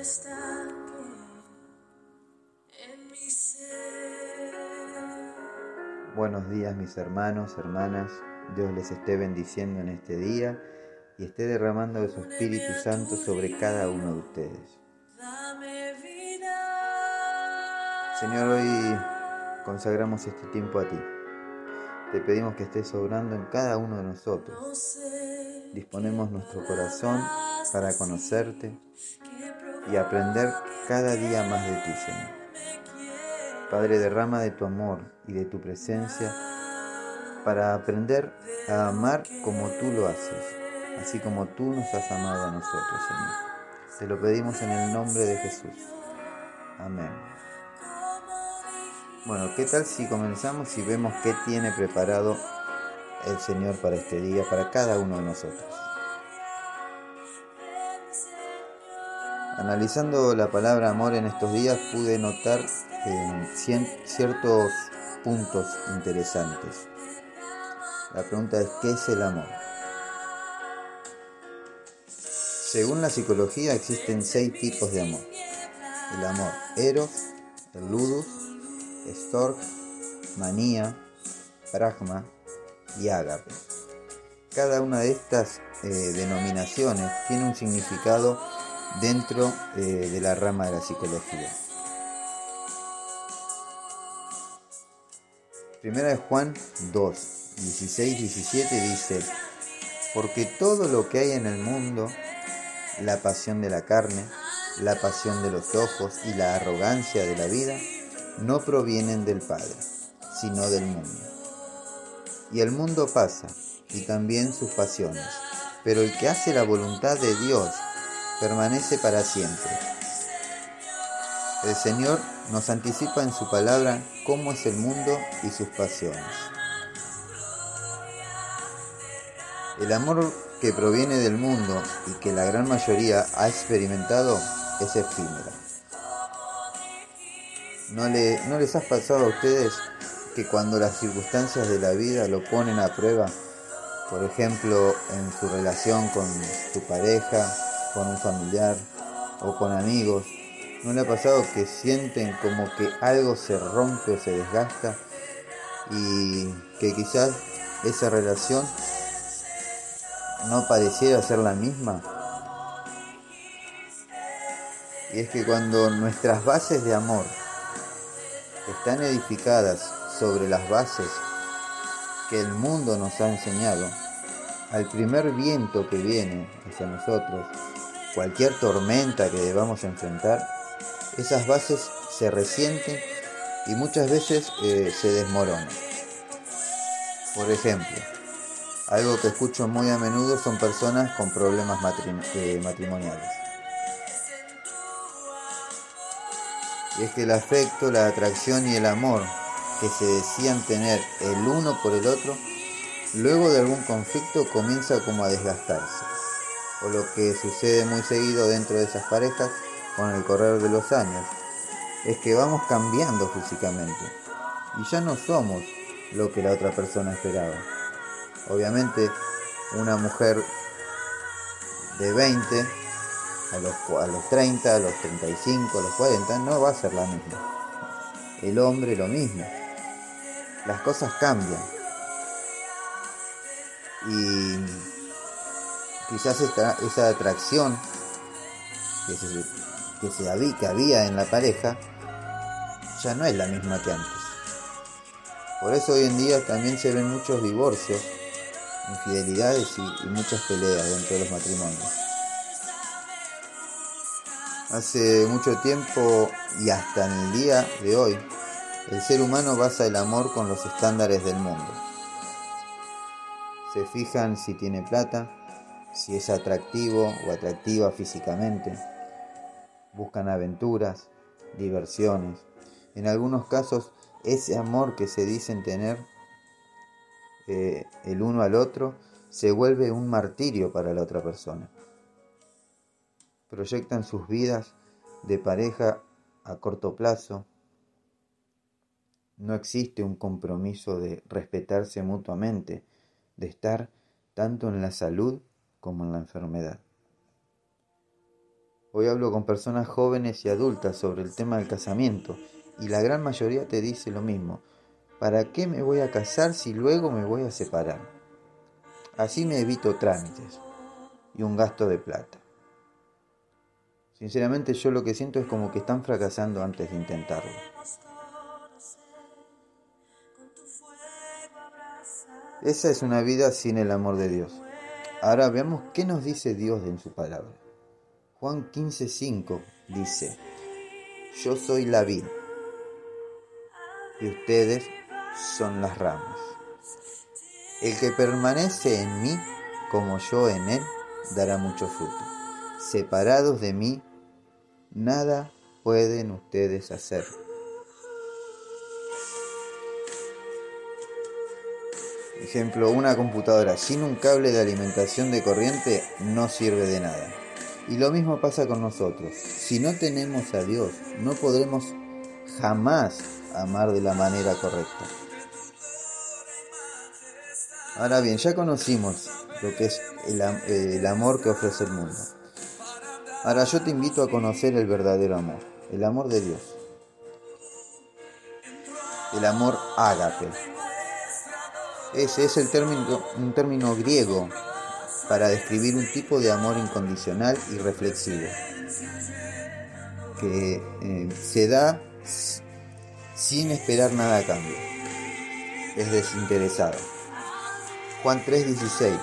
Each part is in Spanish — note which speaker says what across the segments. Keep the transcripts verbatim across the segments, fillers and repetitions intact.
Speaker 1: Buenos días mis hermanos, hermanas, Dios les esté bendiciendo en este día y esté derramando de su Espíritu Santo sobre cada uno de ustedes. Señor, hoy consagramos este tiempo a ti. Te pedimos que estés obrando en cada uno de nosotros. Disponemos nuestro corazón para conocerte y aprender cada día más de ti, Señor. Padre, derrama de tu amor y de tu presencia para aprender a amar como tú lo haces, así como tú nos has amado a nosotros, Señor. Te lo pedimos en el nombre de Jesús. Amén. Bueno, ¿qué tal si comenzamos y vemos qué tiene preparado el Señor para este día, para cada uno de nosotros? Analizando la palabra amor en estos días pude notar eh, ciertos puntos interesantes. La pregunta es, ¿qué es el amor? Según la psicología existen seis tipos de amor. El amor eros, el ludus, storge, manía, pragma y ágape. Cada una de estas eh, denominaciones tiene un significado dentro eh, de la rama de la psicología. Primera de Juan dos, dieciséis, diecisiete dice: porque todo lo que hay en el mundo, la pasión de la carne, la pasión de los ojos y la arrogancia de la vida, no provienen del Padre, sino del mundo. Y el mundo pasa, y también sus pasiones, pero el que hace la voluntad de Dios permanece para siempre. El Señor nos anticipa en su palabra cómo es el mundo y sus pasiones. El amor que proviene del mundo y que la gran mayoría ha experimentado es efímero. ¿No, le, ¿No les ha pasado a ustedes que cuando las circunstancias de la vida lo ponen a prueba, por ejemplo, en su relación con su pareja, con un familiar o con amigos, ¿no le ha pasado que sienten como que algo se rompe o se desgasta y que quizás esa relación no pareciera ser la misma? Y es que cuando nuestras bases de amor están edificadas sobre las bases que el mundo nos ha enseñado, al primer viento que viene hacia nosotros, cualquier tormenta que debamos enfrentar, esas bases se resienten y muchas veces eh, se desmoronan. Por ejemplo, algo que escucho muy a menudo son personas con problemas matrim- eh, matrimoniales. Y es que el afecto, la atracción y el amor que se decían tener el uno por el otro, luego de algún conflicto comienza como a desgastarse. O lo que sucede muy seguido dentro de esas parejas con el correr de los años, es que vamos cambiando físicamente y ya no somos lo que la otra persona esperaba. Obviamente, una mujer de veinte a los, a los treinta, a los treinta y cinco, a los cuarenta no va a ser la misma. El hombre lo mismo. Las cosas cambian. Y quizás esta, esa atracción que se, que, se había, que había en la pareja ya no es la misma que antes. Por eso hoy en día también se ven muchos divorcios, infidelidades y, y muchas peleas dentro de los matrimonios. Hace mucho tiempo y hasta en el día de hoy, el ser humano basa el amor con los estándares del mundo. Se fijan si tiene plata, si es atractivo o atractiva físicamente. Buscan aventuras, diversiones. En algunos casos, ese amor que se dicen tener eh, el uno al otro se vuelve un martirio para la otra persona. Proyectan sus vidas de pareja a corto plazo. No existe un compromiso de respetarse mutuamente, de estar tanto en la salud como en la enfermedad. Hoy hablo con personas jóvenes y adultas sobre el tema del casamiento y la gran mayoría te dice lo mismo. ¿Para qué me voy a casar si luego me voy a separar? Así me evito trámites y un gasto de plata. Sinceramente yo lo que siento es como que están fracasando antes de intentarlo. Esa es una vida sin el amor de Dios. Ahora veamos qué nos dice Dios en su palabra. Juan quince cinco dice: Yo soy la vid y ustedes son las ramas. El que permanece en mí, como yo en él, dará mucho fruto. Separados de mí, nada pueden ustedes hacer. Ejemplo, una computadora sin un cable de alimentación de corriente no sirve de nada. Y lo mismo pasa con nosotros. Si no tenemos a Dios, no podremos jamás amar de la manera correcta. Ahora bien, ya conocimos lo que es el, el amor que ofrece el mundo. Ahora yo te invito a conocer el verdadero amor, el amor de Dios. El amor ágape. Ese es el término, un término griego para describir un tipo de amor incondicional y reflexivo, que eh, se da sin esperar nada a cambio. Es desinteresado. Juan tres dieciséis.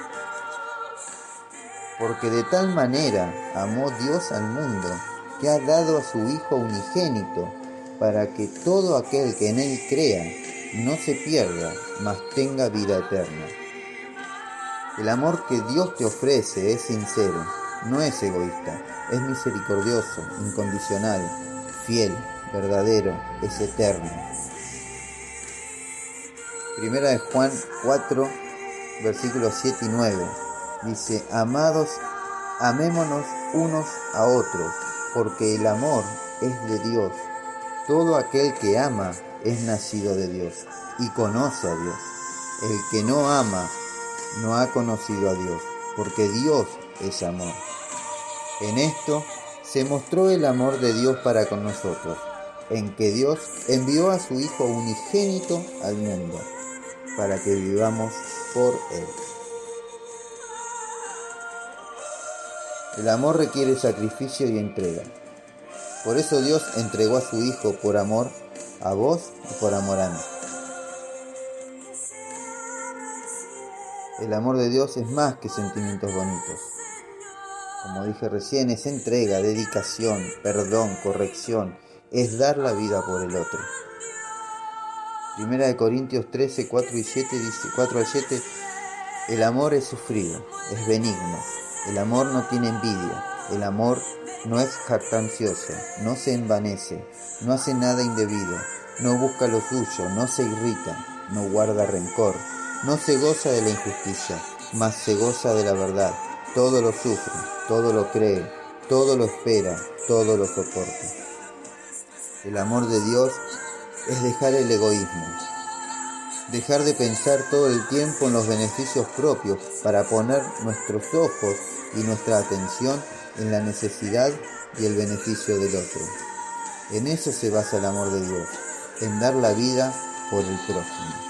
Speaker 1: Porque de tal manera amó Dios al mundo, que ha dado a su Hijo unigénito, para que todo aquel que en él crea no se pierda, mas tenga vida eterna. El amor que Dios te ofrece es sincero, no es egoísta, es misericordioso, incondicional, fiel, verdadero, es eterno. Primera de Juan cuatro, versículos siete y nueve, dice: Amados, amémonos unos a otros, porque el amor es de Dios. Todo aquel que ama es nacido de Dios y conoce a Dios. El que no ama no ha conocido a Dios, porque Dios es amor. En esto se mostró el amor de Dios para con nosotros, en que Dios envió a su Hijo unigénito al mundo, para que vivamos por Él. El amor requiere sacrificio y entrega. Por eso Dios entregó a su Hijo por amor a vos y por amor a mí. El amor de Dios es más que sentimientos bonitos. Como dije recién, es entrega, dedicación, perdón, corrección, es dar la vida por el otro. Primera de Corintios trece, cuatro y siete dice, cuatro al siete, el amor es sufrido, es benigno, el amor no tiene envidia, el amor no es jactancioso, no se envanece, no hace nada indebido, no busca lo suyo, no se irrita, no guarda rencor, no se goza de la injusticia, mas se goza de la verdad. Todo lo sufre, todo lo cree, todo lo espera, todo lo soporta. El amor de Dios es dejar el egoísmo, dejar de pensar todo el tiempo en los beneficios propios para poner nuestros ojos y nuestra atención en la necesidad y el beneficio del otro. En eso se basa el amor de Dios, en dar la vida por el prójimo.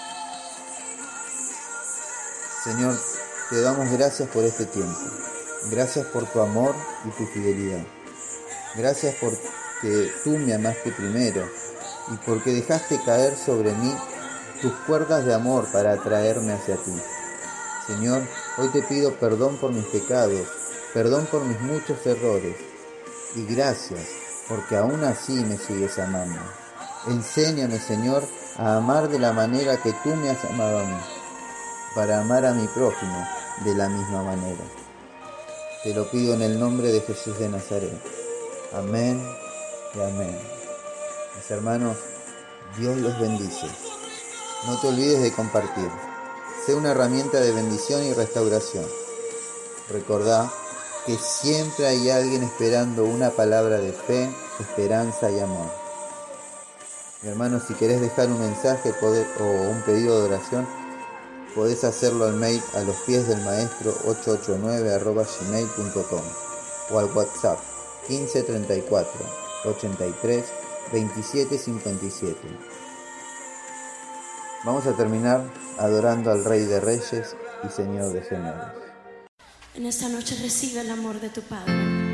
Speaker 1: Señor, te damos gracias por este tiempo. Gracias por tu amor y tu fidelidad. Gracias porque tú me amaste primero y porque dejaste caer sobre mí tus cuerdas de amor para atraerme hacia ti. Señor, hoy te pido perdón por mis pecados, perdón por mis muchos errores y gracias porque aún así me sigues amando. Enséñame, Señor, a amar de la manera que tú me has amado a mí, para amar a mi prójimo de la misma manera. Te lo pido en el nombre de Jesús de Nazaret. Amén y amén. Mis hermanos, Dios los bendice. No te olvides de compartir. Sé una herramienta de bendición y restauración. Recordá que siempre hay alguien esperando una palabra de fe, esperanza y amor. Mi hermano, si querés dejar un mensaje o un pedido de oración, podés hacerlo al mail a los pies del maestro ochocientos ochenta y nueve arroba gmail punto com. o al WhatsApp quince treinta y cuatro ochenta y tres veintisiete cincuenta y siete. Vamos a terminar adorando al Rey de Reyes y Señor de Señores.
Speaker 2: En esta noche recibe el amor de tu Padre,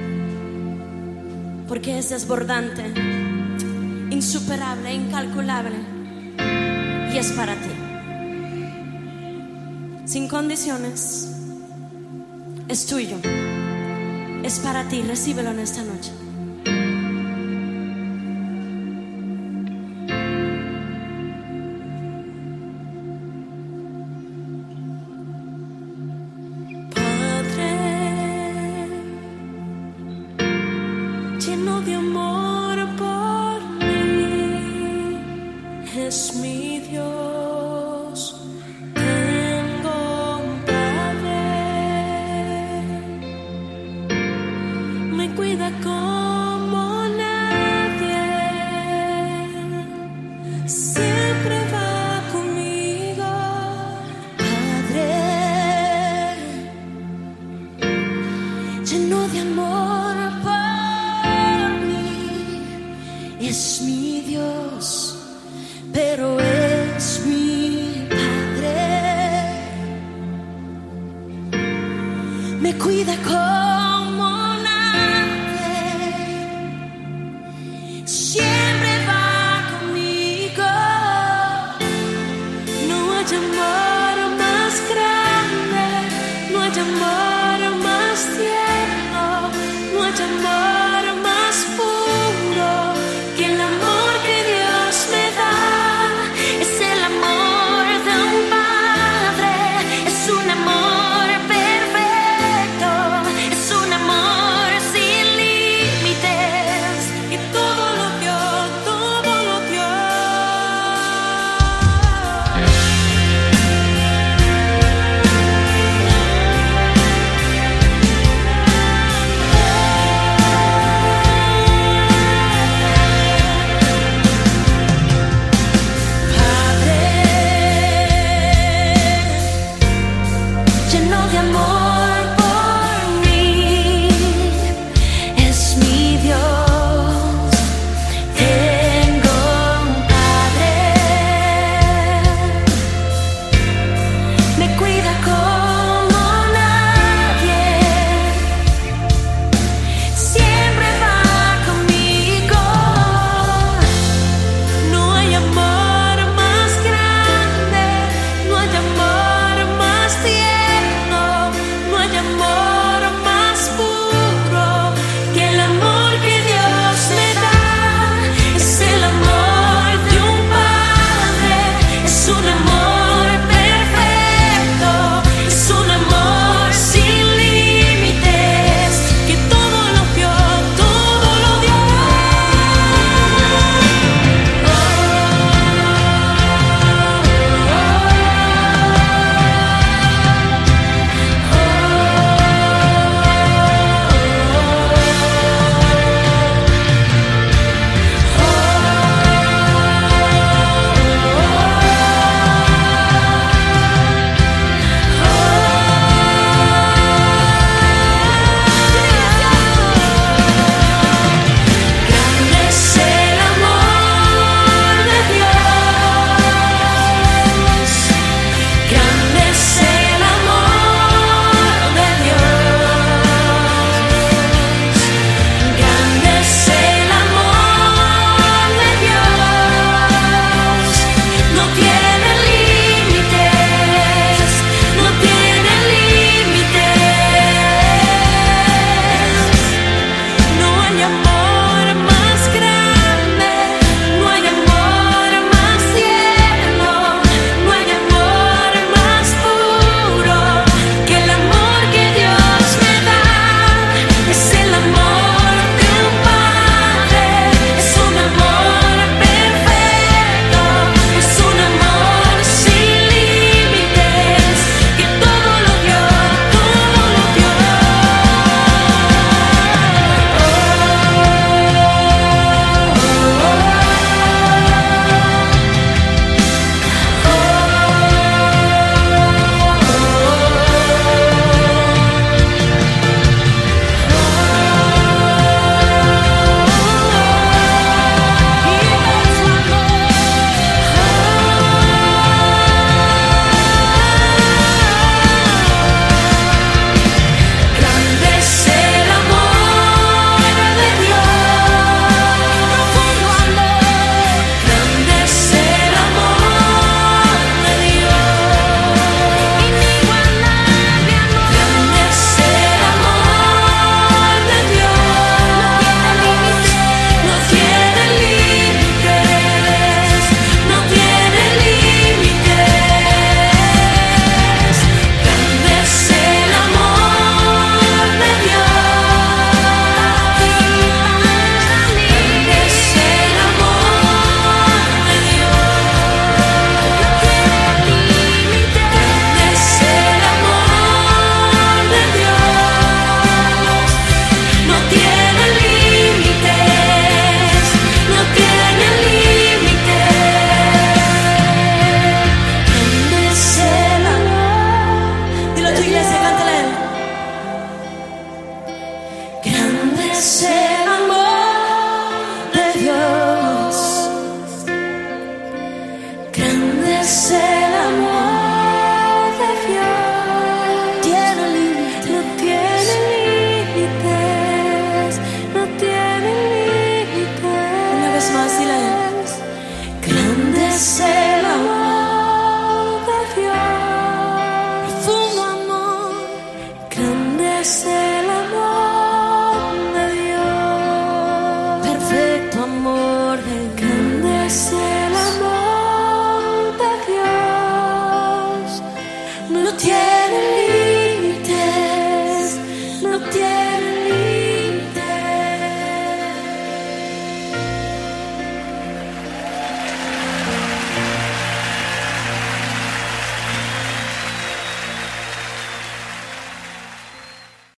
Speaker 2: porque es desbordante, insuperable, incalculable, y es para ti, sin condiciones, es tuyo, es para ti. Recíbelo en esta noche.
Speaker 3: Lleno de amor por mí, es mi Dios.